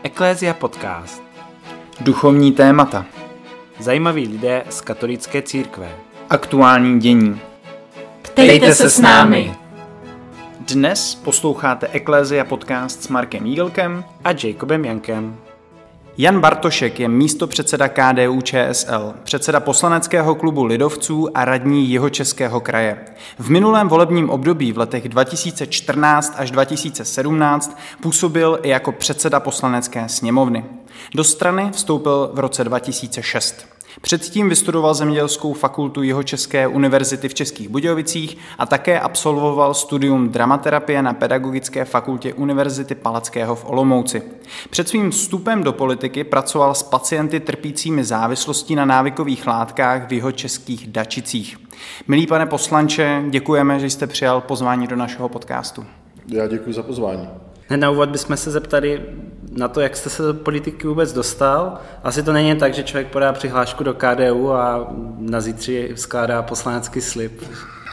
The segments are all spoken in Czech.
Eklézia podcast. Duchovní témata. Zajímaví lidé z katolické církve. Aktuální dění. Ptejte se s námi. Dnes posloucháte Eklézia podcast s Markem Jídelkem A Jacobem Jankem. Jan Bartošek je místopředseda KDU-ČSL, předseda poslaneckého klubu lidovců a radní Jihočeského kraje. V minulém volebním období v letech 2014 až 2017 působil i jako předseda poslanecké sněmovny. Do strany vstoupil v roce 2006. Předtím vystudoval Zemědělskou fakultu Jihočeské univerzity v Českých Budějovicích a také absolvoval studium dramaterapie na Pedagogické fakultě Univerzity Palackého v Olomouci. Před svým vstupem do politiky pracoval s pacienty trpícími závislostí na návykových látkách v jihočeských Dačicích. Milý pane poslanče, děkujeme, že jste přijal pozvání do našeho podcastu. Já děkuji za pozvání. Na úvod bychom se zeptali na to, jak jste se do politiky vůbec dostal. Asi to není tak, že člověk podá přihlášku do KDU a na zítří skládá poslanecký slib.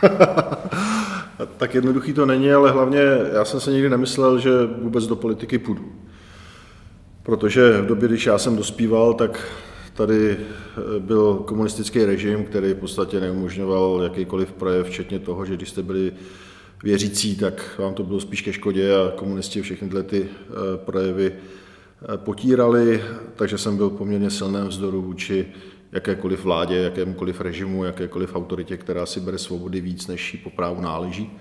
Tak jednoduchý to není, ale hlavně já jsem se nikdy nemyslel, že vůbec do politiky půjdu. Protože v době, když já jsem dospíval, tak tady byl komunistický režim, který v podstatě neumožňoval jakýkoliv projev, včetně toho, že když jste byli věřící, tak vám to bylo spíš ke škodě a komunisti všechny tyhle ty projevy potírali, takže jsem byl poměrně silném vzdoru vůči jakékoliv vládě, jakémukoliv režimu, jakékoliv autoritě, která si bere svobody víc, než jí po právu náleží.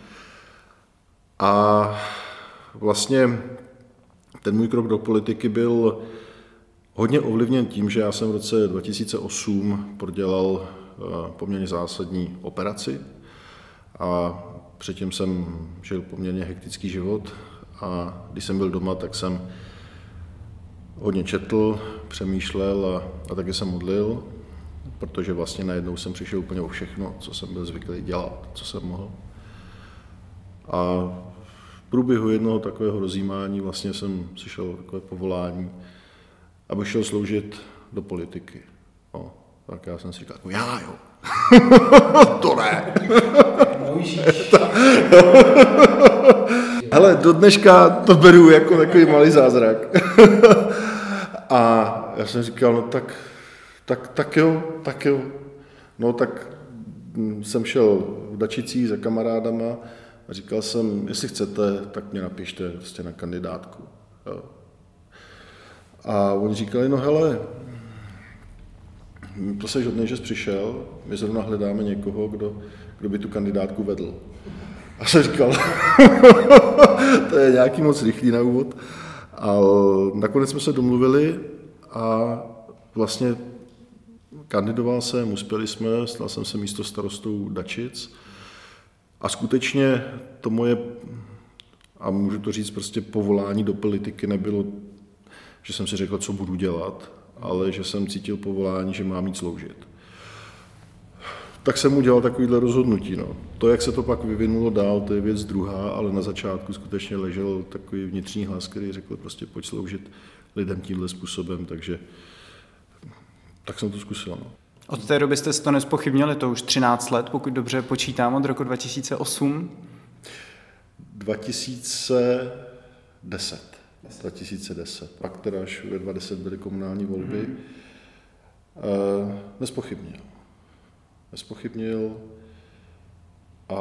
A vlastně ten můj krok do politiky byl hodně ovlivněn tím, že já jsem v roce 2008 prodělal poměrně zásadní operaci a předtím jsem žil poměrně hektický život a když jsem byl doma, tak jsem hodně četl, přemýšlel a taky jsem modlil, protože vlastně najednou jsem přišel úplně o všechno, co jsem byl zvyklý dělat, co jsem mohl. A v průběhu jednoho takového rozjímání vlastně jsem slyšel takové povolání, aby šel sloužit do politiky. No, tak já jsem si říkal, jako já jo. To ne. Hele, do dneška to beru jako takový malý zázrak. A já jsem říkal, no tak jo. No tak jsem šel v Dačicích za kamarádama a říkal jsem, jestli chcete, tak mě napište prostě na kandidátku. Jo. A oni říkali, no hele, to seš hodnej, že jsi přišel, my zrovna hledáme někoho, kdo by tu kandidátku vedl. A jsem říkal, to je nějaký moc rychlý na úvod. A nakonec jsme se domluvili a vlastně kandidoval jsem, uspěli jsme, stal jsem se místostarostou Dačic. A skutečně to moje, a můžu to říct, prostě povolání do politiky nebylo, že jsem si řekl, co budu dělat, ale že jsem cítil povolání, že mám jít sloužit. Tak jsem udělal takovýhle rozhodnutí. No. To, jak se to pak vyvinulo dál, to je věc druhá, ale na začátku skutečně ležel takový vnitřní hlas, který řekl, prostě pojď sloužit lidem tímhle způsobem, takže tak jsem to zkusil. No. Od té doby jste si to nezpochybnili, to už 13 let, pokud dobře počítám, od roku 2008? 2010. Pak teda až ve 2010 byly komunální volby. Nespochybnil a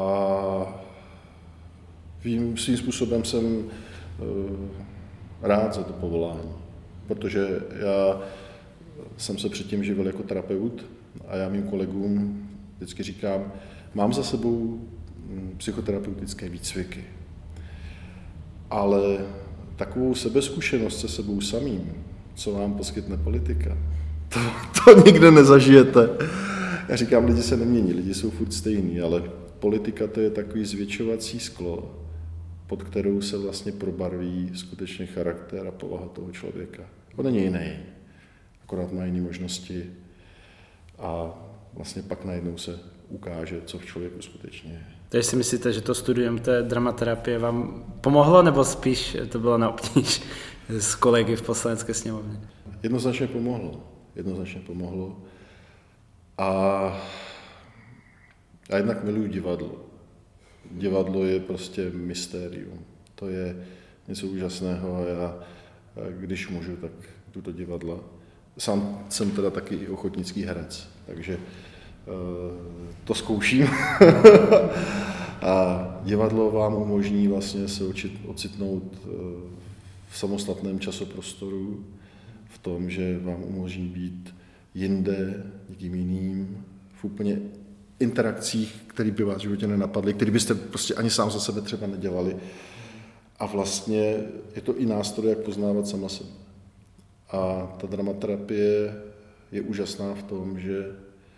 svým způsobem jsem rád za to povolání, protože já jsem se předtím živil jako terapeut a já mým kolegům vždycky říkám, mám za sebou psychoterapeutické výcviky, ale takovou sebezkušenost se sebou samým, co vám poskytne politika, to nikde nezažijete. Já říkám, lidi se nemění, lidi jsou furt stejný, ale politika to je takový zvětšovací sklo, pod kterou se vlastně probarví skutečně charakter a povaha toho člověka. On není jiný, akorát má jiné možnosti a vlastně pak najednou se ukáže, co v člověku skutečně je. Takže si myslíte, že to studium té dramaterapie vám pomohlo, nebo spíš to bylo na obtíž s kolegy v poslanecké sněmovně? Jednoznačně pomohlo. A jednak miluji divadlo. Divadlo je prostě mystérium. To je něco úžasného a já když můžu, tak jdu do divadla. Sám jsem teda taky i ochotnický herec, takže to zkouším. A divadlo vám umožní vlastně se ocitnout v samostatném časoprostoru, v tom, že vám umožní být jinde, někým jiným, v úplně interakcích, které by vás v životě nenapadly, které byste prostě ani sám za sebe třeba nedělali. A vlastně je to i nástroj, jak poznávat sama sebe. A ta dramaterapie je úžasná v tom, že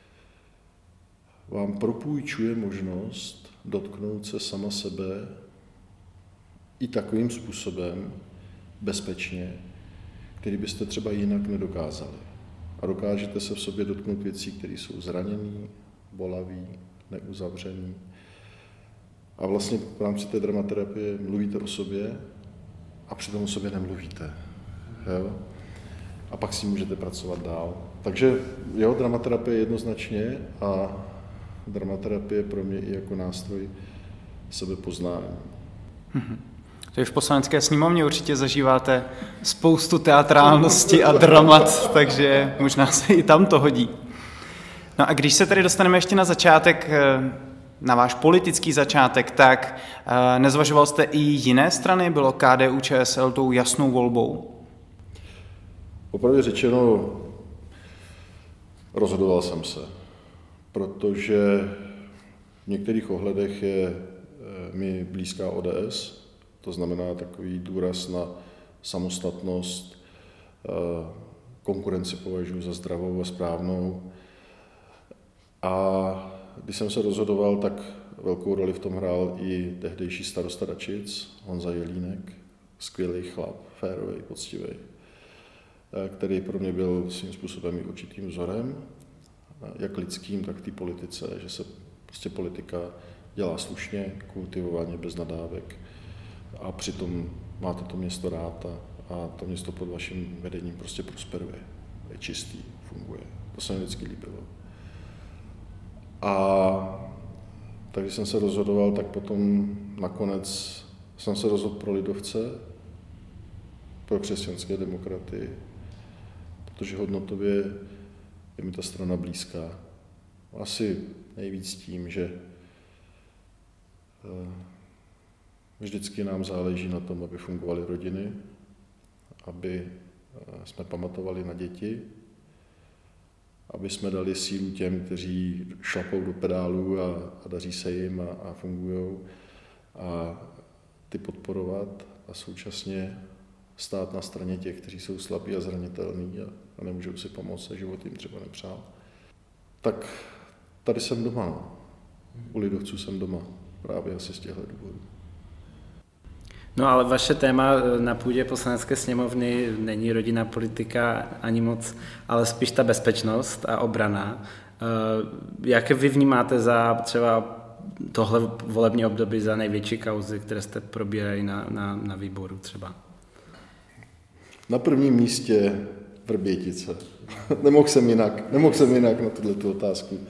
vám propůjčuje možnost dotknout se sama sebe i takovým způsobem bezpečně, který byste třeba jinak nedokázali. A dokážete se v sobě dotknout věcí, které jsou zraněné, bolavé, neuzavřené. A vlastně v rámci té dramaterapie mluvíte o sobě a přitom o sobě nemluvíte. Jo? A pak si můžete pracovat dál. Takže jo, dramaterapie jednoznačně a dramaterapie pro mě i jako nástroj sebepoznání. Takže v Poslanecké sněmovně určitě zažíváte spoustu teatrálnosti a dramat, takže možná se i tam to hodí. No a když se tady dostaneme ještě na začátek, na váš politický začátek, tak nezvažoval jste i jiné strany? Bylo KDU-ČSL tou jasnou volbou? Popravdě řečeno, rozhodoval jsem se, protože v některých ohledech je mi blízká ODS, to znamená takový důraz na samostatnost, konkurenci považuji za zdravou a správnou. A když jsem se rozhodoval, tak velkou roli v tom hrál i tehdejší starosta Račic, Honza Jelínek, skvělý chlap, férový, poctivý, který pro mě byl svým způsobem i určitým vzorem, jak lidským, tak v té politice, že se prostě politika dělá slušně, kultivovaně, bez nadávek a přitom máte to město rád a to město pod vaším vedením prostě prosperuje, je čistý, funguje. To se mi vždycky líbilo. A takže jsem se rozhodoval, tak potom nakonec jsem se rozhodl pro lidovce, pro křesťanské demokraty, protože hodnotově je mi ta strana blízká. Asi nejvíc tím, že vždycky nám záleží na tom, aby fungovaly rodiny, aby jsme pamatovali na děti, aby jsme dali sílu těm, kteří šlapou do pedálu a daří se jim a fungují, a ty podporovat a současně stát na straně těch, kteří jsou slabí a zranitelní a nemůžou si pomoct a život jim třeba nepřál. Tak tady jsem doma. No. U lidovců jsem doma. Právě asi z těchto důvodů. No ale vaše téma na půdě Poslanecké sněmovny není rodinná politika ani moc, ale spíš ta bezpečnost a obrana. Jak vy vnímáte za třeba tohle volební období za největší kauzy, které jste probírali na výboru třeba? Na prvním místě Vrbětice. Nemohl jsem jinak na tuto otázku.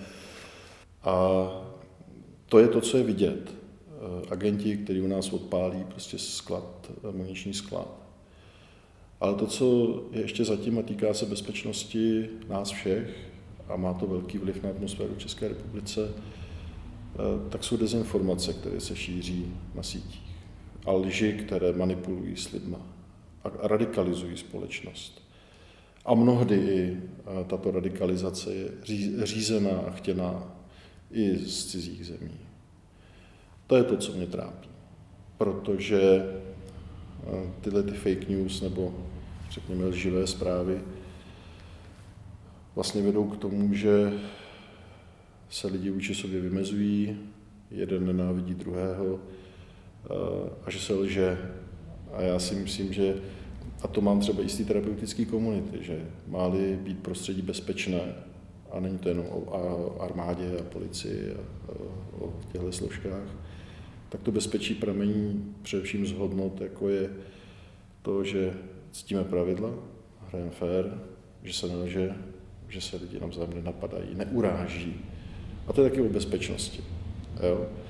A to je to, co je vidět. Agenti, kteří u nás odpálí prostě sklad, muniční sklad. Ale to, co je ještě zatím a týká se bezpečnosti nás všech a má to velký vliv na atmosféru v České republice, tak jsou dezinformace, které se šíří na sítích. A lži, které manipulují s lidma a radikalizují společnost. A mnohdy i tato radikalizace je řízená a chtěná i z cizích zemí. To je to, co mě trápí, protože tyhle ty fake news nebo řekněme lživé zprávy vlastně vedou k tomu, že se lidi vůči sobě vymezují, jeden nenávidí druhého a že se lže. A já si myslím, že, a to mám třeba i z té terapeutické komunity, že má-li být prostředí bezpečné, a není to jenom o armádě a policii a o těchto složkách, tak to bezpečí pramení především z hodnot, jako je to, že ctíme pravidla, hrajeme fair, že se nelže, že se lidi navzájem nenapadají, neuráží. A to je taky o bezpečnosti. Jo?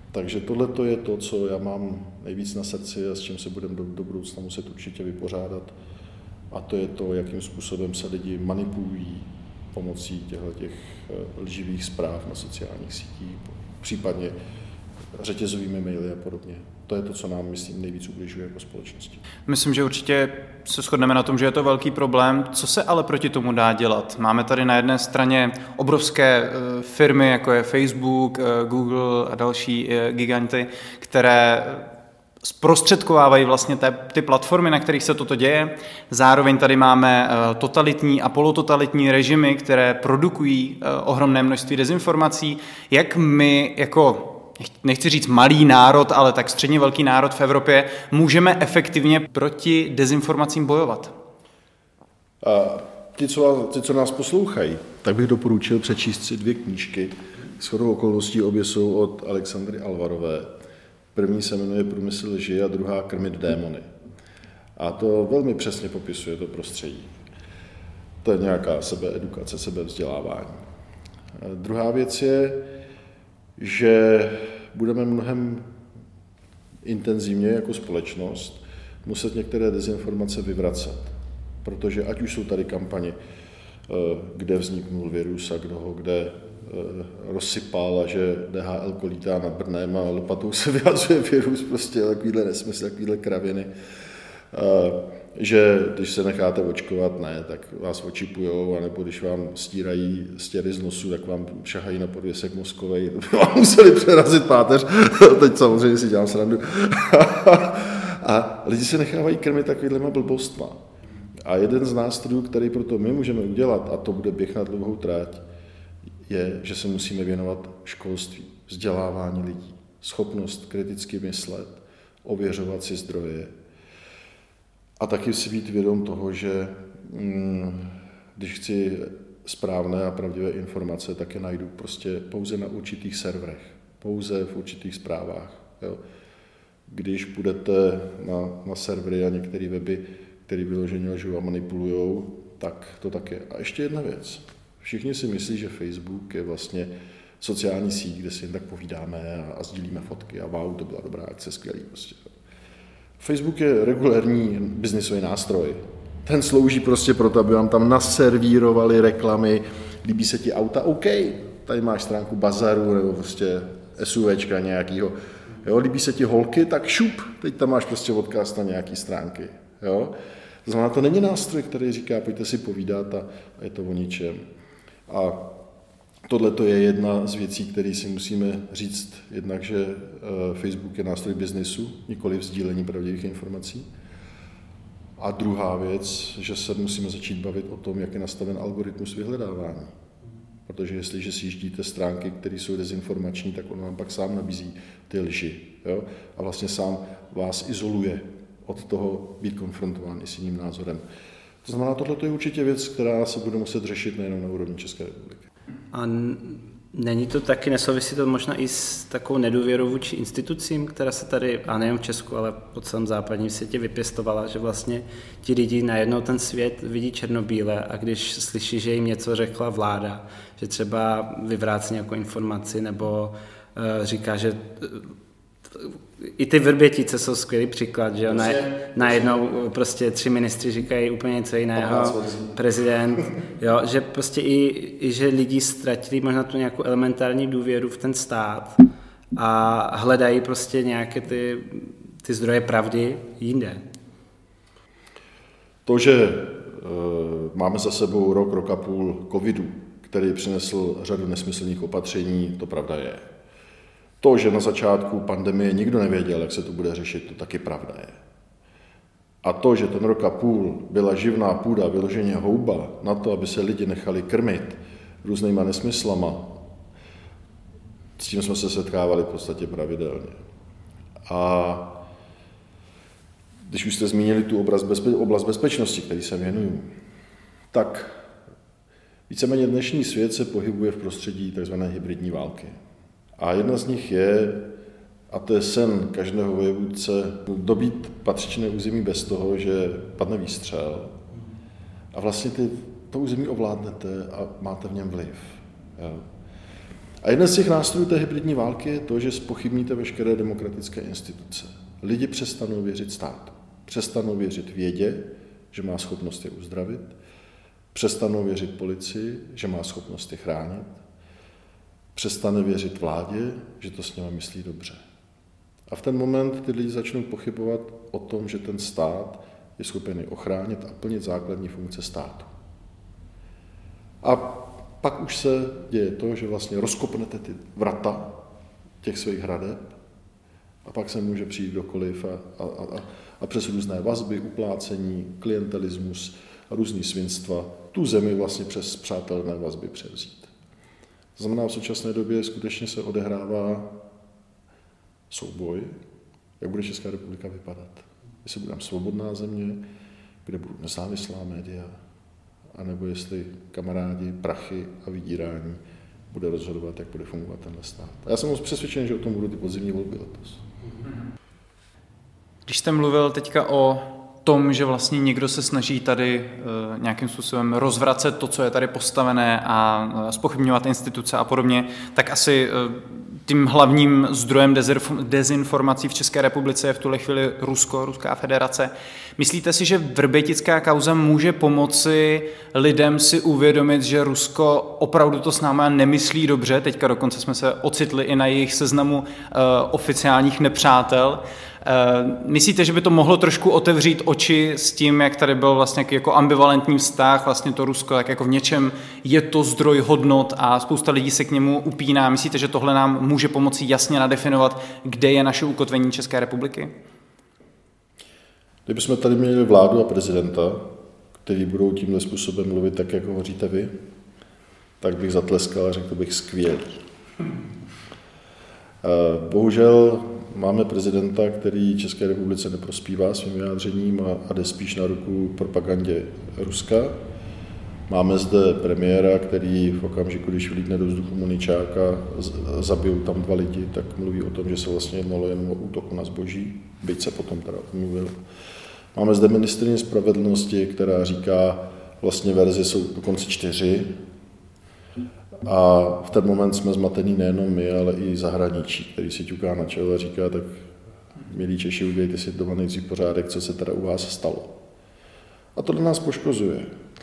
Takže tohle je to, co já mám nejvíc na srdci a s čím se budeme do budoucna muset určitě vypořádat. A to je to, jakým způsobem se lidi manipulují pomocí těch lživých zpráv na sociálních sítích, případně řetězovými maily a podobně. To je to, co nám, myslím, nejvíc ubližuje jako společnosti. Myslím, že určitě se shodneme na tom, že je to velký problém. Co se ale proti tomu dá dělat? Máme tady na jedné straně obrovské firmy, jako je Facebook, Google a další giganty, které zprostředkovávají vlastně ty platformy, na kterých se toto děje. Zároveň tady máme totalitní a polototalitní režimy, které produkují ohromné množství dezinformací. Jak my jako, nechci říct malý národ, ale tak středně velký národ v Evropě, můžeme efektivně proti dezinformacím bojovat? A ti, co nás poslouchají, tak bych doporučil přečíst si 2 knížky. Shodou okolností obě jsou od Alexandry Alvarové. První se jmenuje Průmysl lži a druhá Krmit démony. A to velmi přesně popisuje to prostředí. To je nějaká sebeedukace, sebevzdělávání. Druhá věc je, že budeme mnohem intenzivně jako společnost muset některé dezinformace vyvracet. Protože ať už jsou tady kampaně, kde vzniknul virus a kdo ho kde rozsypal a že DHL kolítá nad Brnem a lopatou se vyhazuje virus, prostě takovýhle nesmysl, takovýhle kraviny. Že když se necháte očkovat, ne, tak vás očipujou, anebo když vám stírají stěry z nosu, tak vám šahají na podvěsek mozkovej, to by vám museli přerazit páteř, teď samozřejmě si dělám srandu. A lidi se nechávají krmit takovýhlema blbostma. A jeden z nástrojů, který proto my můžeme udělat, a to bude běh na dlouhou trať, je, že se musíme věnovat školství, vzdělávání lidí, schopnost kriticky myslet, ověřovat si zdroje a taky si být vědom toho, že když chci správné a pravdivé informace, tak je najdu prostě pouze na určitých serverech, pouze v určitých zprávách. Jo. Když půjdete na servery a některé weby, které vyloženě lžou a manipulujou, tak to tak je. A ještě jedna věc. Všichni si myslí, že Facebook je vlastně sociální síť, kde si jen tak povídáme a sdílíme fotky a wow, to byla dobrá akce, skvělý. Prostě. Facebook je regulérní biznisový nástroj. Ten slouží prostě proto, aby vám tam naservírovali reklamy, líbí se ti auta, OK, tady máš stránku bazaru nebo prostě SUVčka nějakýho. Jo, líbí se ti holky, tak šup, teď tam máš prostě odkaz na nějaký stránky. Jo? To znamená, to není nástroj, který říká, pojďte si povídat a je to o ničem. A tohle to je jedna z věcí, které si musíme říct, jednak, že Facebook je nástroj biznesu, nikoli sdílení pravdivých informací. A druhá věc, že se musíme začít bavit o tom, jak je nastaven algoritmus vyhledávání. Protože jestliže si jíždíte stránky, které jsou dezinformační, tak on vám pak sám nabízí ty lži. Jo? A vlastně sám vás izoluje od toho být konfrontován s jiným názorem. To znamená, tohle je určitě věc, která se bude muset řešit nejenom na úrovni České republiky. A není to taky, nesouvisí to možná i s takovou nedůvěrou vůči institucím, která se tady, a nejen v Česku, ale po celém západním světě vypěstovala, že vlastně ti lidi najednou ten svět vidí černobíle a když slyší, že jim něco řekla vláda, že třeba vyvrátí nějakou informaci nebo říká, že i ty Vrbětice jsou skvělý příklad, že jo, najednou prostě 3 ministři říkají úplně něco jiného, prezident, jo, že prostě i že lidi ztratili možná tu nějakou elementární důvěru v ten stát a hledají prostě nějaké ty zdroje pravdy jinde. To, že máme za sebou rok a půl covidu, který přinesl řadu nesmyslných opatření, to pravda je. To, že na začátku pandemie nikdo nevěděl, jak se to bude řešit, to taky pravda je. A to, že ten rok a půl byla živná půda, vyloženě houba na to, aby se lidi nechali krmit různýma nesmyslama, s tím jsme se setkávali v podstatě pravidelně. A když už jste zmínili tu oblast bezpečnosti, který se věnuju, tak víceméně dnešní svět se pohybuje v prostředí tzv. Hybridní války. A jedna z nich je, a to je sen každého vojevůdce, dobít patřičné území bez toho, že padne výstřel a vlastně to území ovládnete a máte v něm vliv. Jo. A jeden z těch nástrojů té hybridní války je to, že zpochybníte veškeré demokratické instituce. Lidi přestanou věřit státu, přestanou věřit vědě, že má schopnost je uzdravit, přestanou věřit policii, že má schopnost je chránit, přestane věřit vládě, že to s nimi myslí dobře. A v ten moment ty lidi začnou pochybovat o tom, že ten stát je schopen je ochránit a plnit základní funkce státu. A pak už se děje to, že vlastně rozkopnete ty vrata těch svých hradeb a pak se může přijít kdokoliv a přes různé vazby, uplácení, klientelismus a různý svinstva tu zemi vlastně přes přátelné vazby převzít. To znamená, v současné době skutečně se odehrává souboj, jak bude Česká republika vypadat. Jestli budeme svobodná země, kde budou nezávislá média, anebo jestli kamarádi, prachy a vydírání bude rozhodovat, jak bude fungovat tenhle stát. A já jsem moc přesvědčen, že o tom budou ty podzimní volby letos. Když jste mluvil teďka o tom, že vlastně někdo se snaží tady nějakým způsobem rozvracet to, co je tady postavené a zpochybňovat instituce a podobně, tak asi tím hlavním zdrojem dezinformací v České republice je v tuhle chvíli Rusko, Ruská federace. Myslíte si, že vrbětická kauza může pomoci lidem si uvědomit, že Rusko opravdu to s námi nemyslí dobře? Teďka dokonce jsme se ocitli i na jejich seznamu oficiálních nepřátel. Myslíte, že by to mohlo trošku otevřít oči s tím, jak tady byl vlastně jako ambivalentní vztah, vlastně to Rusko, tak jako v něčem je to zdroj hodnot a spousta lidí se k němu upíná. Myslíte, že tohle nám může pomoci jasně nadefinovat, kde je naše ukotvení České republiky? Kdybychom tady měli vládu a prezidenta, kteří budou tímhle způsobem mluvit tak, jak hovoříte vy, tak bych zatleskal a řekl bych skvělý. Bohužel máme prezidenta, který České republice neprospívá svým vyjádřením a jde spíš na ruku propagandě Ruska. Máme zde premiéra, který v okamžiku, když vlítne do vzduchu muničáka, zabijou tam 2 lidi, tak mluví o tom, že se vlastně jednalo jen o útoku na zboží, byť se potom teda omluvil. Máme zde ministryni spravedlnosti, která říká, vlastně verze jsou dokonce 4, a v ten moment jsme zmatení nejenom my, ale i zahraničí, který si ťuká na čelo a říká, tak milí Češi, udělejte si doma nejdřív pořádek, co se teda u vás stalo. A tohle nás poškozuje.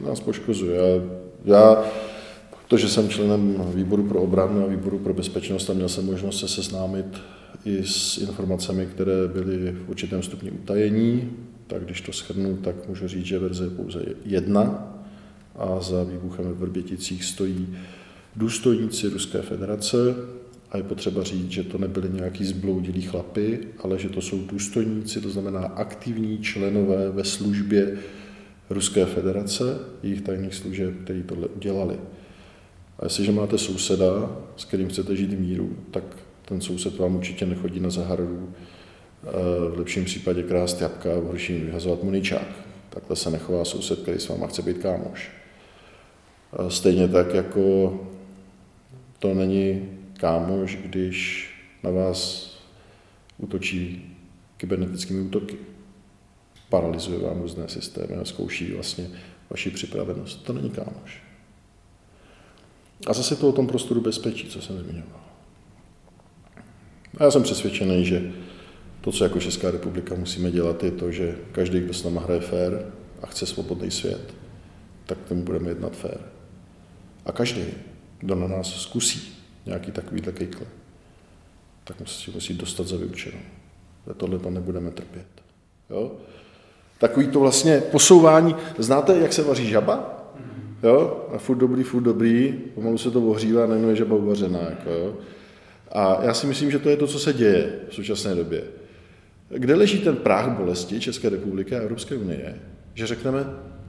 Já, protože jsem členem výboru pro obranu a výboru pro bezpečnost a měl jsem možnost se seznámit i s informacemi, které byly v určitém stupni utajení, tak když to shrnu, tak můžu říct, že verze je pouze 1 a za výbuchem ve Vrběticích stojí důstojníci Ruské federace a je potřeba říct, že to nebyli nějaký zbloudilí chlapy, ale že to jsou důstojníci, to znamená aktivní členové ve službě Ruské federace, jejich tajných služeb, kteří tohle udělali. A jestliže máte souseda, s kterým chcete žít v míru, tak ten soused vám určitě nechodí na zahradu, v lepším případě krást jabka a v horším vyhazovat muničák. Takhle se nechová soused, který s váma chce být kámoš. Stejně tak, jako to není kámoš, když na vás útočí kybernetickými útoky. Paralyzuje vám různé systémy a zkouší vlastně vaši připravenost. To není kámoš. A zase to o tom prostoru bezpečí, co jsem zmiňoval. A já jsem přesvědčený, že to, co jako Česká republika musíme dělat, je to, že každý, kdo s náma hraje fér a chce svobodný svět, tak tomu budeme jednat fér. A každý, kdo na nás zkusí nějaký takovýhle kejkle, tak musí dostat za vyučenou. Tohle to nebudeme trpět. Jo? Takový to vlastně posouvání. Znáte, jak se vaří žaba? Jo? A furt dobrý, pomalu se to ohřívá a najednou je žaba uvařená. Jako, jo? A já si myslím, že to je to, co se děje v současné době. Kde leží ten práh bolesti České republiky a Evropské unie, že řekneme,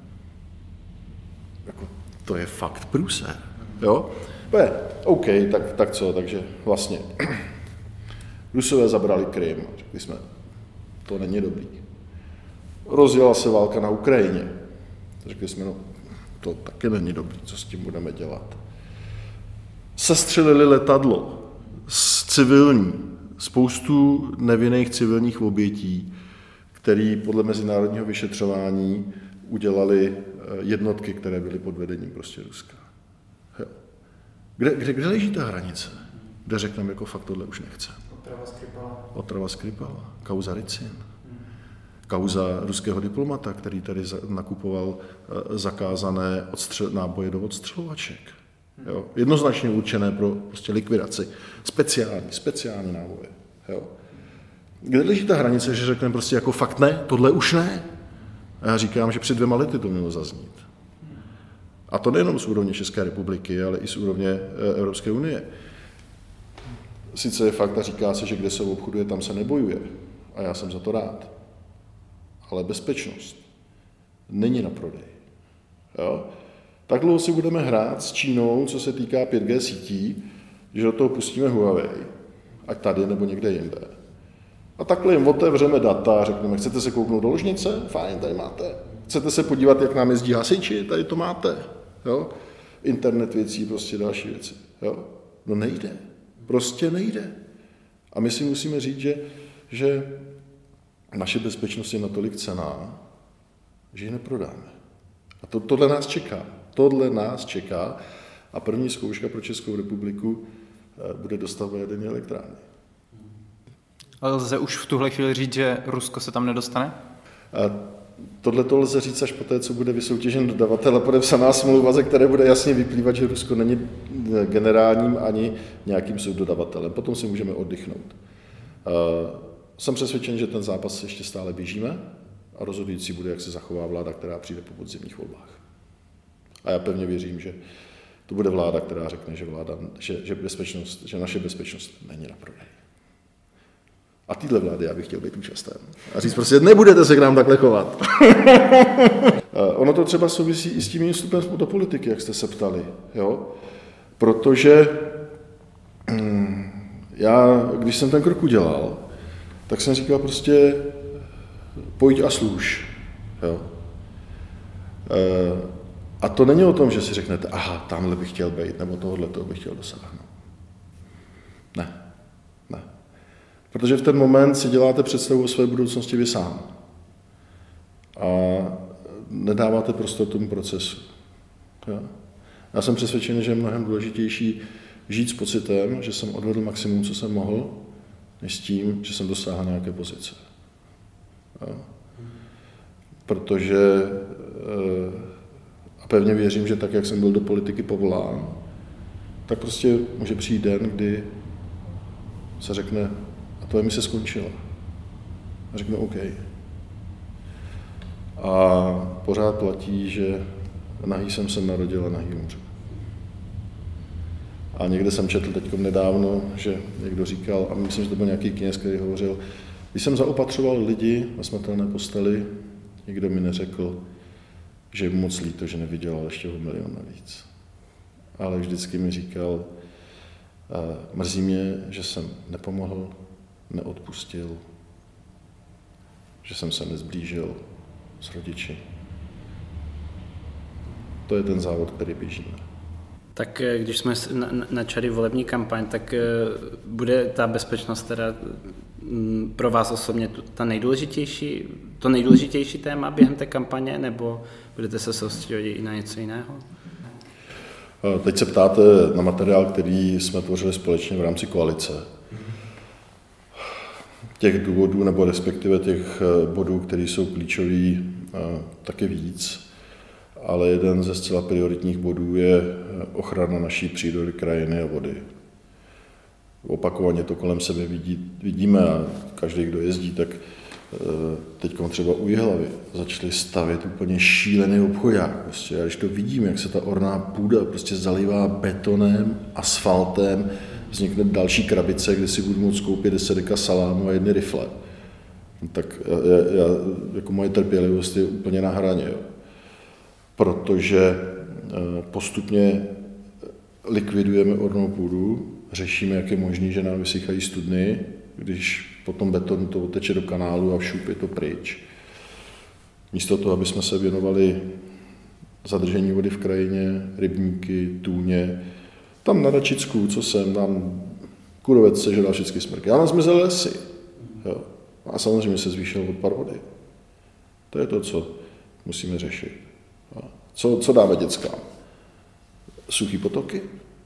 jako, to je fakt průser. Jo? OK, tak co, takže vlastně Rusové zabrali Krym, řekli jsme, to není dobrý. Rozjela se válka na Ukrajině, řekli jsme, no, to taky není dobrý, co s tím budeme dělat. Sestřelili letadlo, civilní, spoustu nevinných civilních obětí, které podle mezinárodního vyšetřování udělali jednotky, které byly pod vedením prostě Ruska. Jo. Kde leží ta hranice? Kde řekneme, jako fakt tohle už nechce? Otrava Skripala. Kauza Ricin. Kauza ruského diplomata, který tady nakupoval zakázané náboje do odstřelovaček. Jo? Jednoznačně určené pro prostě likvidaci. Speciální náboje. Jo? Kde leží ta hranice, že řekneme prostě jako fakt ne, tohle už ne? A já říkám, že před 2 lety to mělo zaznít. A to nejenom z úrovně České republiky, ale i z úrovně Evropské unie. Sice je fakt a říká se, že kde se obchoduje, tam se nebojuje. A já jsem za to rád. Ale bezpečnost není na prodej. Jo? Tak dlouho si budeme hrát s Čínou, co se týká 5G sítí, že do toho pustíme Huawei, ať tady nebo někde jinde. A takhle jim otevřeme data a řekneme, chcete se kouknout do ložnice? Fajn, tady máte. Chcete se podívat, jak nám jezdí hasiči? Tady to máte. Jo? Internet věcí, prostě další věci. Jo? No nejde. Prostě nejde. A my si musíme říct, že naše bezpečnost je natolik cenná, že ji neprodáme. A tohle nás čeká. Tohle nás čeká. A první zkouška pro Českou republiku bude dostavba jaderné elektrárny. Ale lze už v tuhle chvíli říct, že Rusko se tam nedostane? Tohle to lze říct až poté, co bude vysoutěžen dodavatel a podepsaná smlouva, ze které bude jasně vyplývat, že Rusko není generálním ani nějakým subdodavatelem. Potom si můžeme oddychnout. Jsem přesvědčen, že ten zápas ještě stále běžíme a rozhodující bude, jak se zachová vláda, která přijde po podzimních volbách. A já pevně věřím, že to bude vláda, která řekne, že naše bezpečnost není na prodej. A téhle vlády já bych chtěl být účasten. A říct prostě, nebudete se k nám takhle chovat. Ono to třeba souvisí i s tím vstupem do politiky, jak jste se ptali. Jo? Protože já, když jsem ten krok udělal, tak jsem říkal prostě, pojď a služ. Jo? A to není o tom, že si řeknete, aha, tamhle bych chtěl být, nebo tohle toho bych chtěl dosáhnout. Ne. Protože v ten moment si děláte představu o své budoucnosti vy sám. A nedáváte prostor tomu procesu. Jo? Já jsem přesvědčený, že je mnohem důležitější žít s pocitem, že jsem odvedl maximum, co jsem mohl, než s tím, že jsem dosáhl nějaké pozice. Jo? Protože a pevně věřím, že tak, jak jsem byl do politiky povolán, tak prostě může přijít den, kdy se řekne, a tvoje mise skončila. A řeknu OK. A pořád platí, že nahý jsem se narodil a nahý umřu. A někde jsem četl teďkom nedávno, že někdo říkal, a myslím, že to byl nějaký kněz, který hovořil, když jsem zaopatřoval lidi na smrtelné posteli, nikdo mi neřekl, že je mu moc líto, že nevydělal ještě o 1 milion navíc. Ale vždycky mi říkal, mrzí mě, že jsem nepomohl, neodpustil, že jsem se nezblížil s rodiči. To je ten závod, který běžíme. Tak když jsme načali volební kampaň, tak bude ta bezpečnost teda pro vás osobně to nejdůležitější téma během té kampaně, nebo budete se soustředit i na něco jiného? Teď se ptáte na materiál, který jsme tvořili společně v rámci koalice. Těch důvodů, nebo respektive těch bodů, které jsou klíčový, taky víc. Ale jeden ze zcela prioritních bodů je ochrana naší přírody, krajiny a vody. Opakovaně to kolem sebe vidíme a každý, kdo jezdí, tak teď třeba u Jihlavy začali stavět úplně šílený obchodák. Prostě. A když to vidím, jak se ta orná půda prostě zalívá betonem, asfaltem, vznikne další krabice, kde si budu moct koupit 10 deka salámu a 1 rifle. Tak jako moje trpělivost je úplně na hraně. Jo. Protože postupně likvidujeme ornou půdu, řešíme, jak je možné, že nám vysychají studny, když potom beton to oteče do kanálu a šup je to pryč. Místo toho, aby jsme se věnovali zadržení vody v krajině, rybníky, tůně, tam na Račicku, co jsem, tam kůrovec sežral všechny smrky. Ale zmizely lesy. Jo. A samozřejmě se zvýšil odpad vody. To je to, co musíme řešit. Co dáme dětskám? Suchý potoky?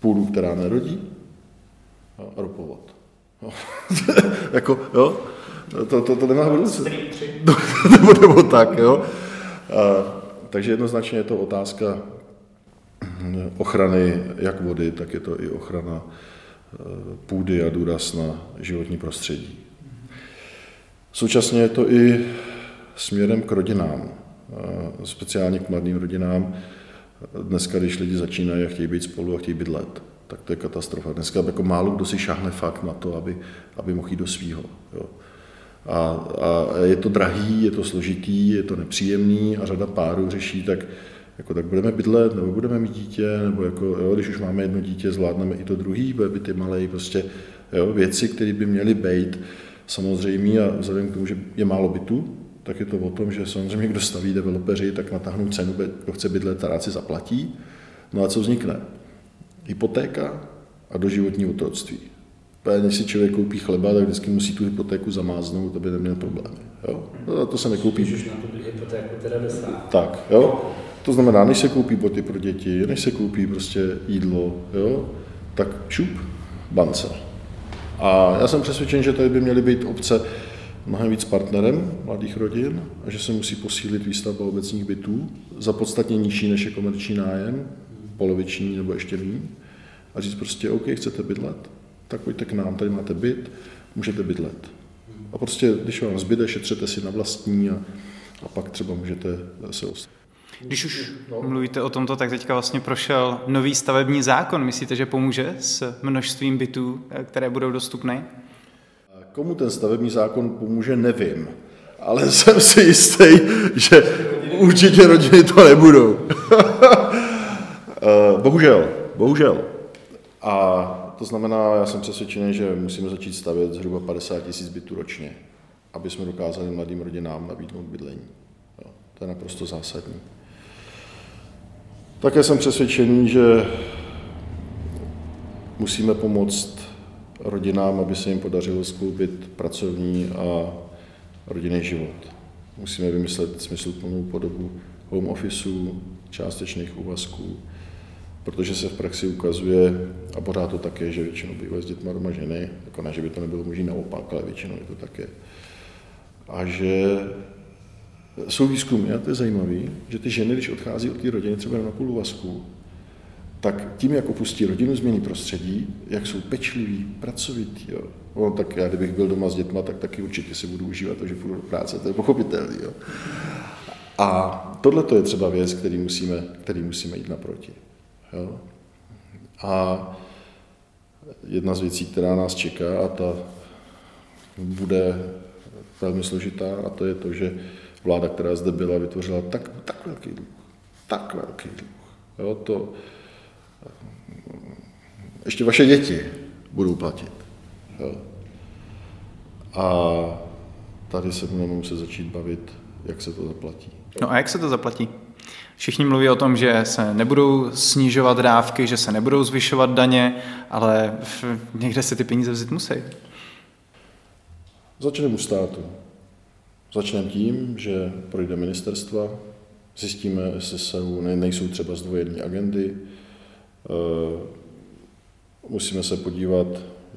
půdu, která nerodí, a ropovod. Jako, jo? To nemá budoucnost. Nebo tak, jo? Takže jednoznačně je to otázka ochrany jak vody, tak je to i ochrana půdy a důraz na životní prostředí. Současně je to i směrem k rodinám, speciálně k mladým rodinám. Dneska, když lidi začínají a chtějí být spolu a chtějí bydlet, tak to je katastrofa. Dneska jako málo kdo si šáhne fakt na to, aby mohl jít do svýho. Jo. A je to drahý, je to složitý, je to nepříjemný a řada párů řeší, tak budeme bydlet, nebo budeme mít dítě, nebo jako, jo, když už máme jedno dítě, zvládneme i to druhý, bude byty malej, prostě jo, věci, které by měly být samozřejmě a vzhledem k tomu, že je málo bytů, tak je to o tom, že samozřejmě kdo staví developeři, tak natáhnou cenu, kdo chce bydlet, rád si zaplatí. No a co vznikne? Hypotéka a doživotní otroctví. Než si člověk koupí chleba, tak vždycky musí tu hypotéku zamáznout, aby neměl problémy. Jo? No, to se nekoupí. Už na tu hypotéku teda dostat. Tak, jo. To znamená, než se koupí boty pro děti, než se koupí prostě jídlo, jo, tak šup, bance. A já jsem přesvědčen, že tady by měly být obce mnohem víc partnerem mladých rodin a že se musí posílit výstavba obecních bytů za podstatně nižší než je komerční nájem, poloviční nebo ještě méně. A říct prostě, OK, chcete bydlet, tak pojďte k nám, tady máte byt, můžete bydlet. A prostě, když vám zbyde, šetřete si na vlastní a pak třeba můžete se ostat. Když už mluvíte o tomto, tak teďka vlastně prošel nový stavební zákon. Myslíte, že pomůže s množstvím bytů, které budou dostupné? Komu ten stavební zákon pomůže, nevím. Ale jsem si jistý, že určitě rodiny to nebudou. Bohužel. A to znamená, já jsem přesvědčený, že musíme začít stavět zhruba 50 000 bytů ročně, aby jsme dokázali mladým rodinám nabídnout bydlení. Jo, to je naprosto zásadní. Také jsem přesvědčený, že musíme pomoct rodinám, aby se jim podařilo skloubit pracovní a rodinný život. Musíme vymyslet smysluplnou podobu home officeů, částečných úvazků, protože se v praxi ukazuje, a pořád to také, že většinou bývají s dětma doma ženy, jako ne, že by to nebylo možný naopak, ale většinou je to také. A že jsou výzkumy, a to je zajímavé, že ty ženy, když odchází od té rodiny třeba na půl úvazku, tak tím, jak opustí rodinu, změní prostředí, jak jsou pečliví, pracovití. Jo. No, tak já, kdybych byl doma s dětma, tak taky určitě si budu užívat to, že půjdu do práce, to je pochopitelný. Jo. A tohle je třeba věc, který musíme jít naproti. Jo. A jedna z věcí, která nás čeká, a ta bude velmi složitá, a to je to, že vláda, která zde byla, vytvořila tak velký dluh. Jo, to ještě vaše děti budou platit. Jo. A tady se budeme muset začít bavit, jak se to zaplatí. No a jak se to zaplatí? Všichni mluví o tom, že se nebudou snižovat dávky, že se nebudou zvyšovat daně, ale někde se ty peníze vzít musí. Začneme u státu. Začneme tím, že projde ministerstva, zjistíme, jestli nejsou třeba zdvojené agendy, musíme se podívat,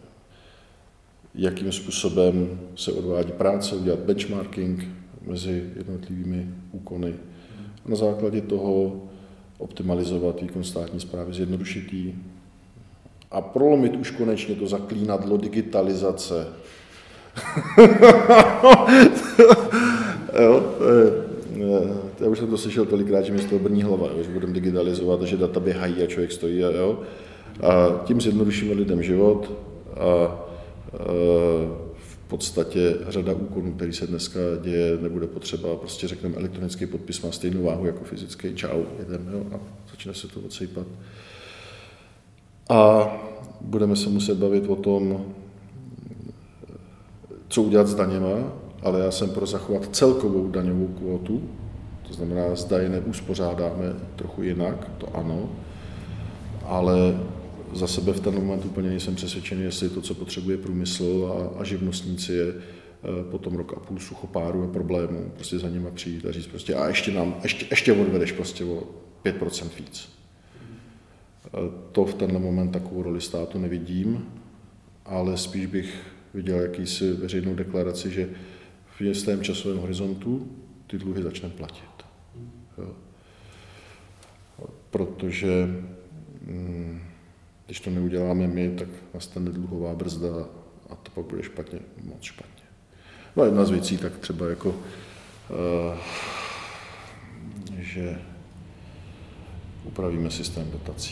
jakým způsobem se odvádí práce, udělat benchmarking mezi jednotlivými úkony. A na základě toho optimalizovat výkon státní správy, zjednodušit ji a prolomit už konečně to zaklínadlo digitalizace. Jo, já už jsem to slyšel tolikrát, že mi z toho brní hlava, jo, že budeme digitalizovat a že data běhají a člověk stojí. A tím zjednodušíme lidem život a v podstatě řada úkonů, který se dneska děje, nebude potřeba. Prostě řekneme, elektronický podpis má stejnou váhu jako fyzický, čau, jedeme, jo, a začne se to odsejpat. A budeme se muset bavit o tom, co udělat s daněma, ale já jsem pro zachovat celkovou daňovou kvótu, to znamená, zda je neuspořádáme trochu jinak, to ano, ale za sebe v ten moment úplně nejsem přesvědčený, jestli to, co potřebuje průmysl a živnostníci, je potom rok a půl suchopáru a problémů, prostě za nima přijít a říct prostě a ještě odvedeš prostě o 5% víc. To v tenhle moment takovou roli státu nevidím, ale spíš bych viděl jakýsi veřejnou deklaraci, že v jistém časovém horizontu ty dluhy začne platit. Jo. Protože když to neuděláme my, tak nastane dluhová brzda a to pak bude špatně, moc špatně. No a jedna z věcí, tak třeba jako, že upravíme systém dotací.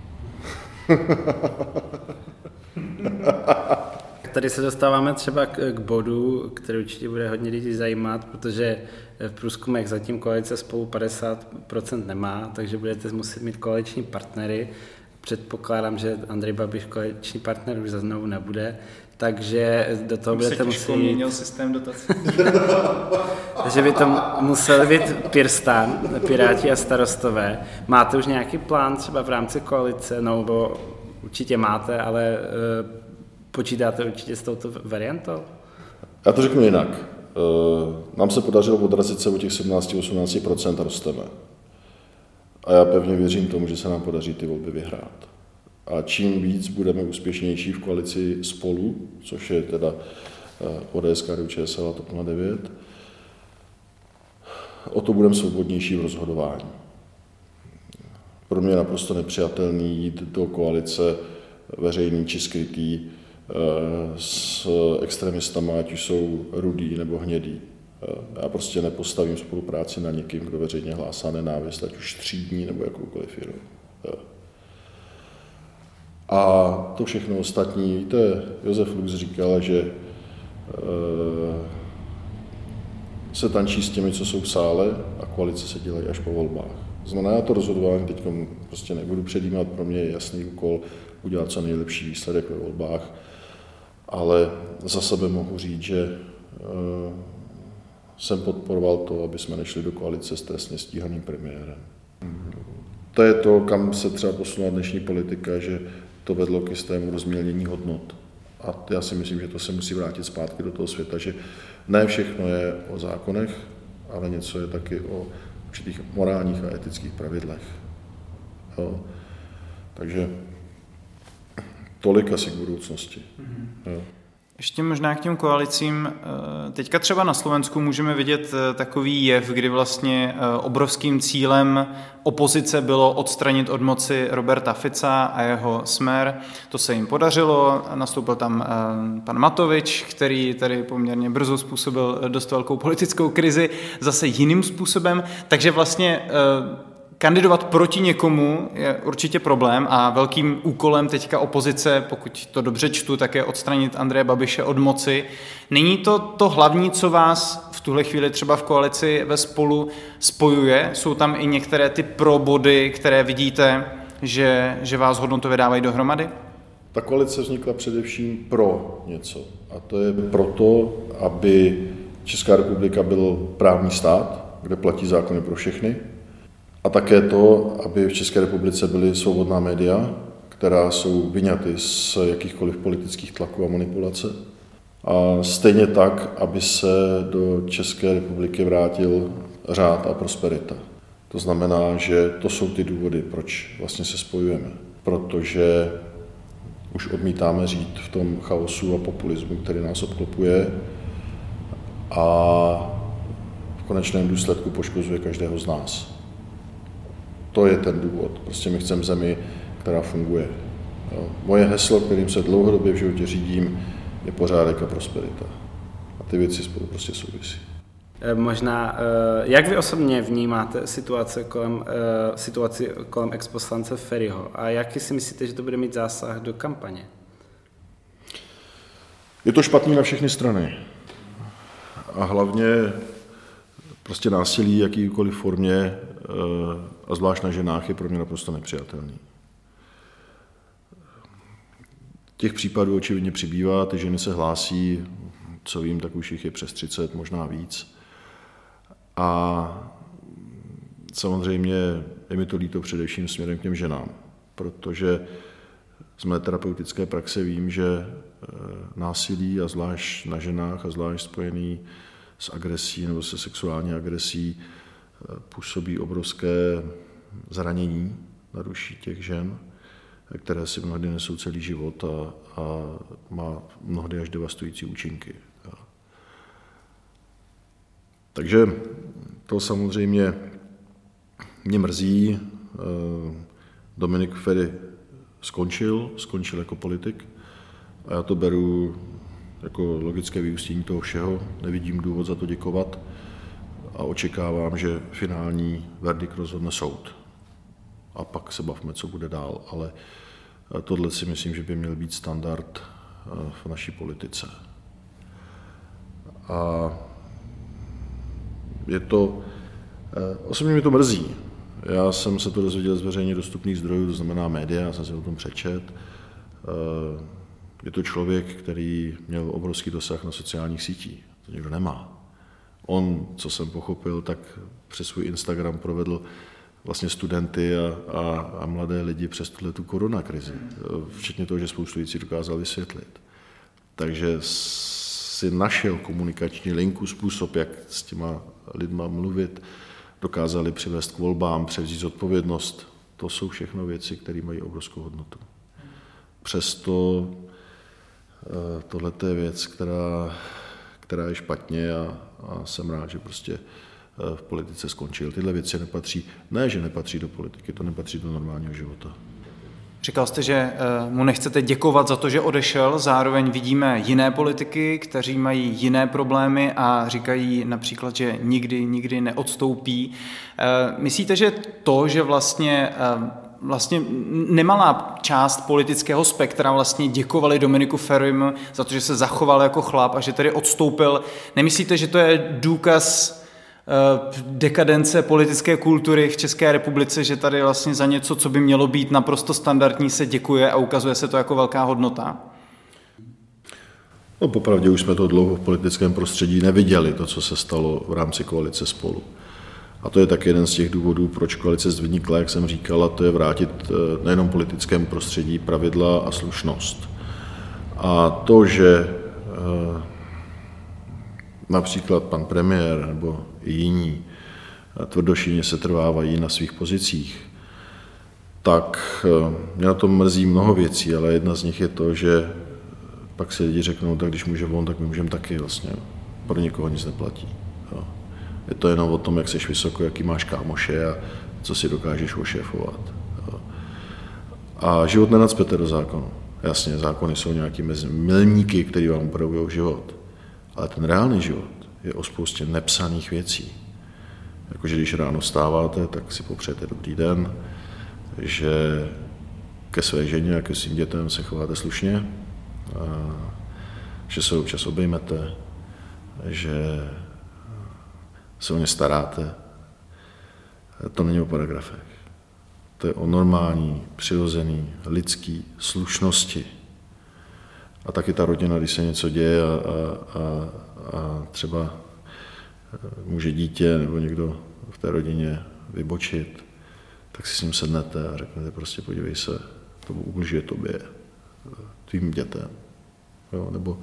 Tady se dostáváme třeba k bodu, který určitě bude hodně lidí zajímat, protože v průzkumech zatím koalice Spolu 50% nemá, takže budete muset mít koaliční partnery. Předpokládám, že Andrej Babiš koaliční partner už znovu nebude, takže do toho budete muset... Se měnil systém dotací. Takže by to musel být PirSTAN, Piráti a Starostové. Máte už nějaký plán třeba v rámci koalice, no bo určitě máte, ale počítáte určitě s touto variantou? Já to řeknu jinak. Nám se podařilo odrazit se o těch 17-18% a rosteme. A já pevně věřím tomu, že se nám podaří ty volby vyhrát. A čím víc budeme úspěšnější v koalici Spolu, což je teda ODS, KDU-ČSL a TOP 09, o to budeme svobodnější v rozhodování. Pro mě je naprosto nepřijatelný jít do koalice veřejný či skrytý s extremistama, ať už jsou rudý nebo hnědý. Já prostě nepostavím spolupráci na někým, kdo veřejně hlásá nenávist, ať už třídní nebo jakoukoliv jinou. A to všechno ostatní, víte, Josef Lux říkal, že se tančí s těmi, co jsou v sále a koalice se dělají až po volbách. Znamená, já to rozhodování teď prostě nebudu předjímat, pro mě je jasný úkol udělat co nejlepší výsledek ve volbách, ale za sebe mohu říct, že jsem podporoval to, aby jsme nešli do koalice s trestně stíhaným premiérem. To je to, kam se třeba posunula dnešní politika, že to vedlo k jistému rozmělnění hodnot. A já si myslím, že to se musí vrátit zpátky do toho světa, že ne všechno je o zákonech, ale něco je taky o určitých morálních a etických pravidlech. Jo. Takže tolik asi k budoucnosti. Jo. Ještě možná k těm koalicím. Teďka třeba na Slovensku můžeme vidět takový jev, kdy vlastně obrovským cílem opozice bylo odstranit od moci Roberta Fica a jeho Smer. To se jim podařilo, nastoupil tam pan Matovič, který tady poměrně brzo způsobil dost velkou politickou krizi, zase jiným způsobem, takže vlastně kandidovat proti někomu je určitě problém a velkým úkolem teďka opozice, pokud to dobře čtu, tak je odstranit Andreje Babiše od moci. Není to hlavní, co vás v tuhle chvíli třeba v koalici ve Spolu spojuje? Jsou tam i některé ty probody, které vidíte, že vás hodnotově dávají dohromady? Ta koalice vznikla především pro něco. A to je proto, aby Česká republika byl právní stát, kde platí zákony pro všechny. A také to, aby v České republice byly svobodná média, která jsou vyňaty z jakýchkoliv politických tlaků a manipulace. A stejně tak, aby se do České republiky vrátil řád a prosperita. To znamená, že to jsou ty důvody, proč vlastně se spojujeme. Protože už odmítáme žít v tom chaosu a populismu, který nás obklopuje a v konečném důsledku poškozuje každého z nás. To je ten důvod. Prostě my chceme zemi, která funguje. Jo. Moje heslo, kterým se dlouhodobě v životě řídím, je pořádek a prosperita. A ty věci spolu prostě souvisí. Možná, jak vy osobně vnímáte situaci kolem exposlance Feriho a jaký si myslíte, že to bude mít zásah do kampaně? Je to špatný na všechny strany. A hlavně prostě násilí jakýkoliv formě a zvlášť na ženách je pro mě naprosto nepřijatelný. Těch případů očividně přibývá, ty ženy se hlásí, co vím, tak už jich je přes 30, možná víc. A samozřejmě je mi to líto především směrem k těm ženám, protože z mé terapeutické praxe vím, že násilí a zvlášť na ženách a zvlášť spojený s agresí nebo se sexuální agresí působí obrovské zranění na duši těch žen které si mnohdy nesou celý život a má mnohdy až devastující účinky. Takže to samozřejmě mě mrzí. Dominik Feri skončil jako politik a já to beru jako logické vyústění toho všeho. Nevidím důvod za to děkovat a očekávám, že finální verdikt rozhodne soud. A pak se bavme, co bude dál, ale tohle si myslím, že by měl být standard v naší politice. A je to, osobně mi to mrzí. Já jsem se to dozvěděl z veřejně dostupných zdrojů, to znamená média, já jsem si o tom přečet. Je to člověk, který měl obrovský dosah na sociálních sítích. To někdo nemá. On, co jsem pochopil, tak přes svůj Instagram provedl vlastně studenty a mladé lidi přes tu koronakrizi. Včetně toho, že spoustu věcí dokázal vysvětlit. Takže si našel komunikační linku, způsob, jak s těma lidma mluvit, dokázali přivést k volbám, převzít zodpovědnost. To jsou všechno věci, které mají obrovskou hodnotu. Přesto tohle je věc, která je špatně a jsem rád, že prostě v politice skončil. Tyhle věci nepatří, ne, že nepatří do politiky, to nepatří do normálního života. Říkal jste, že mu nechcete děkovat za to, že odešel, zároveň vidíme jiné politiky, kteří mají jiné problémy a říkají například, že nikdy neodstoupí. Myslíte, že to, že vlastně nemalá část politického spektra vlastně děkovali Dominiku Ferimu za to, že se zachoval jako chlap a že tedy odstoupil, nemyslíte, že to je důkaz dekadence politické kultury v České republice, že tady vlastně za něco, co by mělo být naprosto standardní, se děkuje a ukazuje se to jako velká hodnota? No popravdě už jsme to dlouho v politickém prostředí neviděli, to, co se stalo v rámci koalice Spolu. A to je tak jeden z těch důvodů, proč koalice vznikla, jak jsem říkal, a to je vrátit nejenom politickému prostředí pravidla a slušnost. A to, že například pan premiér nebo i jiní tvrdošíjně se trvávají na svých pozicích, tak mě na tom mrzí mnoho věcí, ale jedna z nich je to, že pak si lidi řeknou, tak když může on, tak my můžeme taky vlastně. Pro nikoho nic neplatí. Jo. Je to jenom o tom, jak seš vysoko, jaký máš kámoše a co si dokážeš ošéfovat. Jo. A život nenacpete do zákonu. Jasně, zákony jsou nějaký milníky, které vám upravují život. Ale ten reálný život je o spoustě nepsaných věcí. Jakože když ráno vstáváte, tak si popřejete dobrý den, že ke své ženě a ke svým dětem se chováte slušně, že se občas obejmete, že se o ně staráte. To není o paragrafech. To je o normální, přirozený, lidský slušnosti. A taky ta rodina, když se něco děje a třeba může dítě nebo někdo v té rodině vybočit, tak si s ním sednete a řeknete prostě podívej se, to ubližuje tobě, tvým dětem. Jo? Nebo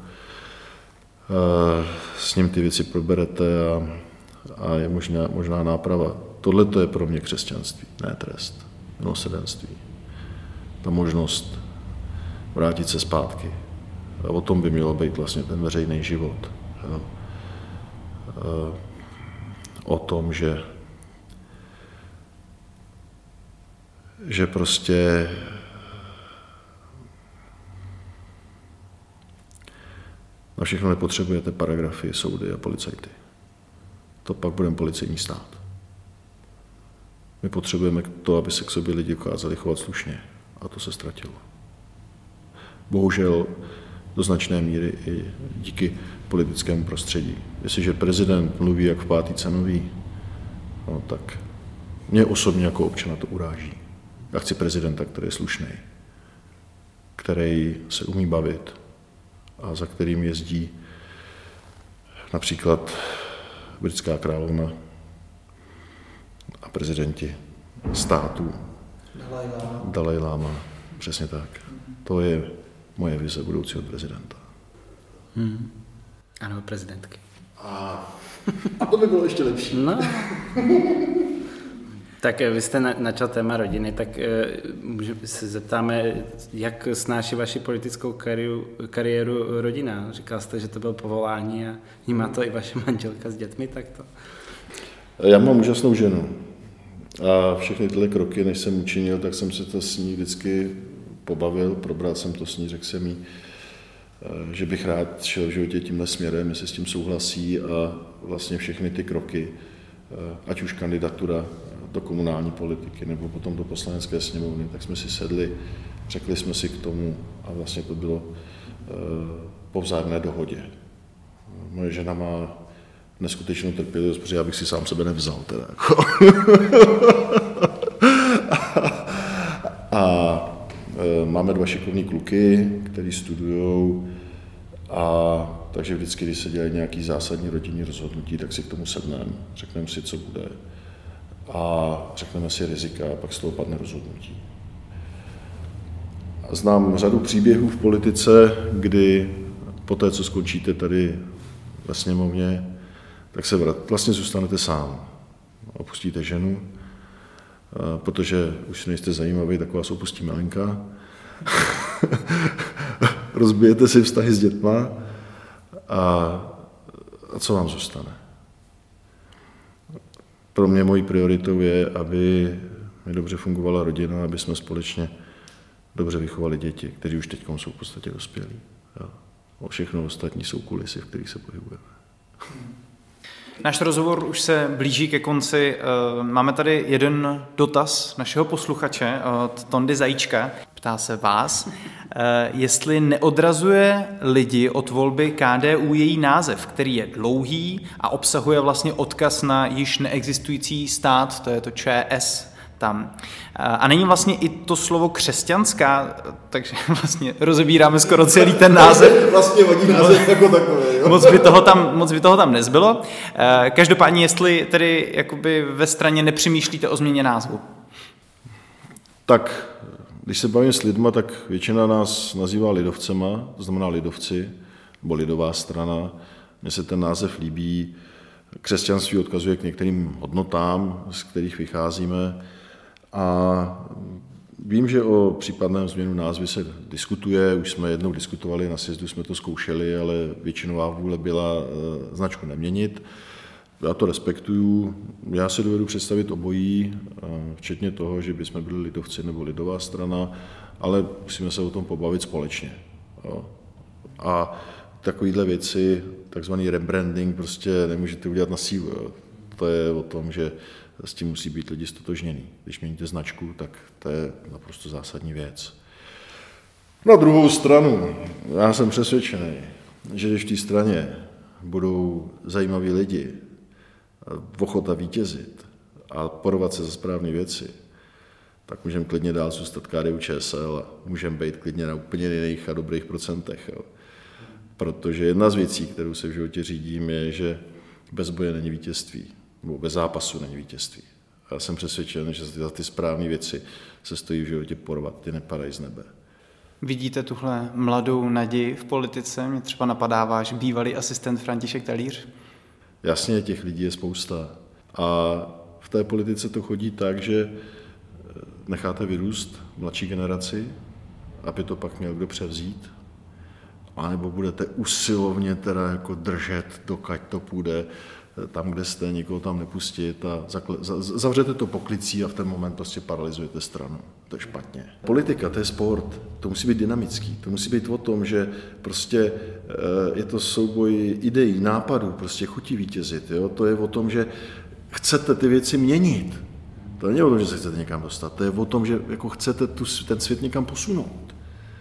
s ním ty věci proberete a je možná náprava. Tohle to je pro mě křesťanství, ne trest, milosrdenství. Ta možnost vrátit se zpátky. A o tom by mělo být vlastně ten veřejný život. Jo. O tom, že prostě na všechno nepotřebujete paragrafy, soudy a policajty. To pak budeme policejní stát. My potřebujeme to, aby se k sobě lidi dokázali chovat slušně. A to se ztratilo. Bohužel do značné míry i díky politickému prostředí. Jestliže prezident mluví jak v pátý cenový, no, tak mě osobně jako občana to uráží. Já chci prezidenta, který je slušný, který se umí bavit a za kterým jezdí například britská královna a prezidenti států. Dalaj Lama, přesně tak. To je moje vize budoucího prezidenta. Ano, prezidentky. A to by bylo ještě lepší. No. Tak vy jste načal téma rodiny, tak se zeptáme, jak snáší vaši politickou kariéru rodina? Říkal jste, že to bylo povolání a vnímá to i vaše manželka s dětmi takto? Já mám úžasnou ženu a všechny tyhle kroky, než jsem učinil, tak jsem se to s ní vždycky pobavil, probral jsem to s ní, řekl jsem jí, že bych rád šel v životě tímhle směrem, jestli s tím souhlasí a vlastně všechny ty kroky, ať už kandidatura do komunální politiky nebo potom do poslanecké sněmovny, tak jsme si sedli, řekli jsme si k tomu a vlastně to bylo po vzájemné dohodě. Moje žena má neskutečnou trpělivost, protože já bych si sám sebe nevzal. Teda. A máme 2 šikovní kluky, kteří studujou, a takže vždycky, když se dělají nějaký zásadní rodinní rozhodnutí, tak si k tomu sedneme, řekneme si, co bude a řekneme si rizika a pak z toho padne rozhodnutí. Znám řadu příběhů v politice, kdy po té, co skončíte tady ve sněmovně, tak se vlastně zůstanete sám. Opustíte ženu, protože už nejste zajímavý, tak vás opustí malinka. Rozbijete si vztahy s dětma a co vám zůstane? Pro mě mojí prioritou je, aby mi dobře fungovala rodina, aby jsme společně dobře vychovali děti, kteří už teď jsou v podstatě dospělí. O všechno ostatní jsou kulisy, v kterých se pohybujeme. Náš rozhovor už se blíží ke konci. Máme tady jeden dotaz našeho posluchače od Tondy Zajíčka. Ptá se vás, jestli neodrazuje lidi od volby KDU její název, který je dlouhý a obsahuje vlastně odkaz na již neexistující stát, to je to ČS tam. A není vlastně i to slovo křesťanská, takže vlastně rozebíráme skoro celý ten název. Vlastně vodí název jako takový. Jo? Moc by toho tam nezbylo. Každopádně, jestli tedy jakoby ve straně nepřemýšlíte o změně názvu. Tak, když se bavím s lidma, tak většina nás nazývá lidovcema, to znamená lidovci, nebo lidová strana. Mně se ten název líbí. Křesťanství odkazuje k některým hodnotám, z kterých vycházíme. A vím, že o případném změnu názvy se diskutuje, už jsme jednou diskutovali, na sjezdu jsme to zkoušeli, ale většinová vůle byla značku neměnit. Já to respektuju, já si dovedu představit obojí, včetně toho, že bychom byli lidovci nebo lidová strana, ale musíme se o tom pobavit společně. Jo. A takovýhle věci, takzvaný rebranding, prostě nemůžete udělat na sílu. Jo. To je o tom, že s tím musí být lidi stotožnění. Když měníte značku, tak to je naprosto zásadní věc. Na druhou stranu, já jsem přesvědčený, že když v té straně budou zajímaví lidi, ochota vítězit a porovat se za správné věci, tak můžeme klidně dál zůstat KDU-ČSL a můžeme být klidně na úplně jiných a dobrých procentech. Jo. Protože jedna z věcí, kterou se v životě řídím, je, že bez boje není vítězství, nebo bez zápasu není vítězství. Já jsem přesvědčen, že za ty správné věci se stojí v životě porvat, ty nepadají z nebe. Vidíte tuhle mladou naději v politice? Mě třeba napadá váš bývalý asistent František Talíř. Jasně, těch lidí je spousta. A v té politice to chodí tak, že necháte vyrůst mladší generaci, aby to pak měl kdo převzít, anebo budete usilovně teda jako držet, dokud to půjde, tam, kde jste, nikoho tam nepustit a zavřete to poklicí a v ten moment prostě paralyzujete stranu. To je špatně. Politika, to je sport, to musí být dynamický, to musí být o tom, že prostě je to souboj ideí, nápadů, prostě chutí vítězit. Jo? To je o tom, že chcete ty věci měnit. To není o tom, že se chcete někam dostat, to je o tom, že jako chcete ten svět někam posunout.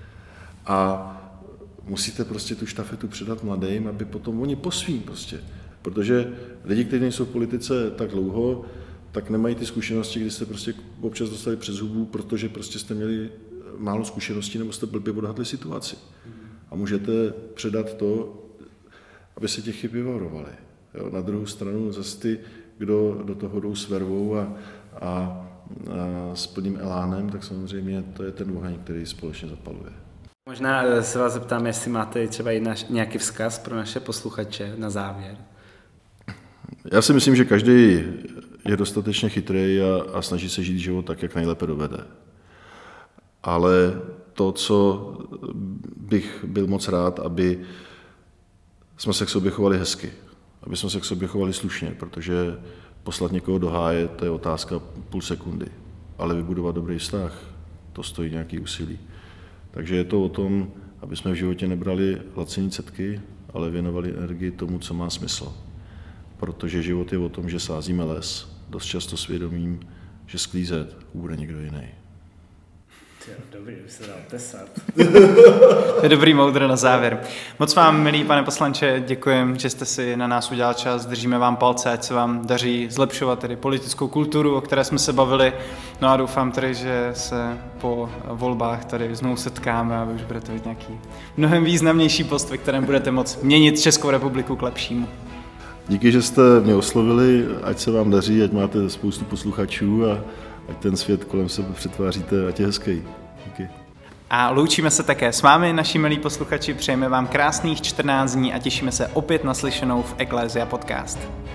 A musíte prostě tu štafetu předat mladým, aby potom oni posvím prostě. Protože lidi, kteří nejsou v politice tak dlouho, tak nemají ty zkušenosti, kdy jste prostě občas dostali přes hubu, protože prostě jste měli málo zkušeností nebo jste blbě odhadli situaci. A můžete předat to, aby se těch chyb vyvarovali. Jo? Na druhou stranu zase ty, kdo do toho jdou s vervou a s plným elánem, tak samozřejmě to je ten oheň, který společně zapaluje. Možná se vás zeptám, jestli máte třeba nějaký vzkaz pro naše posluchače na závěr. Já si myslím, že každý je dostatečně chytrý a snaží se žít život tak, jak nejlépe dovede. Ale to, co bych byl moc rád, aby jsme se k sobě chovali hezky, aby jsme se k sobě chovali slušně, protože poslat někoho do háje, to je otázka půl sekundy. Ale vybudovat dobrý vztah, to stojí nějaký úsilí. Takže je to o tom, aby jsme v životě nebrali laciné cetky, ale věnovali energii tomu, co má smysl. Protože život je o tom, že sázíme les, dost často svědomím, že sklízet bude někdo jiný. Dobrý, už se dal tesat. To je dobrý moudro na závěr. Moc vám, milý pane poslanče, děkujem, že jste si na nás udělal čas. Držíme vám palce, ať se vám daří zlepšovat tedy politickou kulturu, o které jsme se bavili. No a doufám tedy, že se po volbách tady znovu setkáme a vy už budete mít nějaký mnohem významnější post, ve kterém budete moct měnit Českou republiku k lepšímu. Díky, že jste mě oslovili, ať se vám daří, ať máte spoustu posluchačů a ať ten svět kolem sebe přetváříte, ať je hezký. Díky. A loučíme se také s vámi, naši milí posluchači, přejeme vám krásných 14 dní a těšíme se opět na slyšenou v Eklézia Podcast.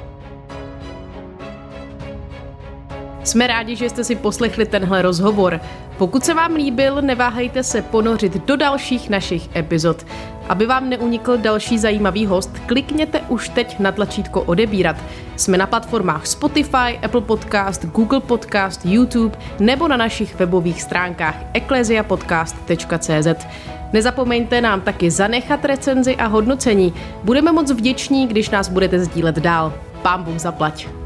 Jsme rádi, že jste si poslechli tenhle rozhovor. Pokud se vám líbil, neváhejte se ponořit do dalších našich epizod. Aby vám neunikl další zajímavý host, klikněte už teď na tlačítko odebírat. Jsme na platformách Spotify, Apple Podcast, Google Podcast, YouTube nebo na našich webových stránkách ekleziapodcast.cz. Nezapomeňte nám taky zanechat recenzi a hodnocení. Budeme moc vděční, když nás budete sdílet dál. Pán Bůh zaplať.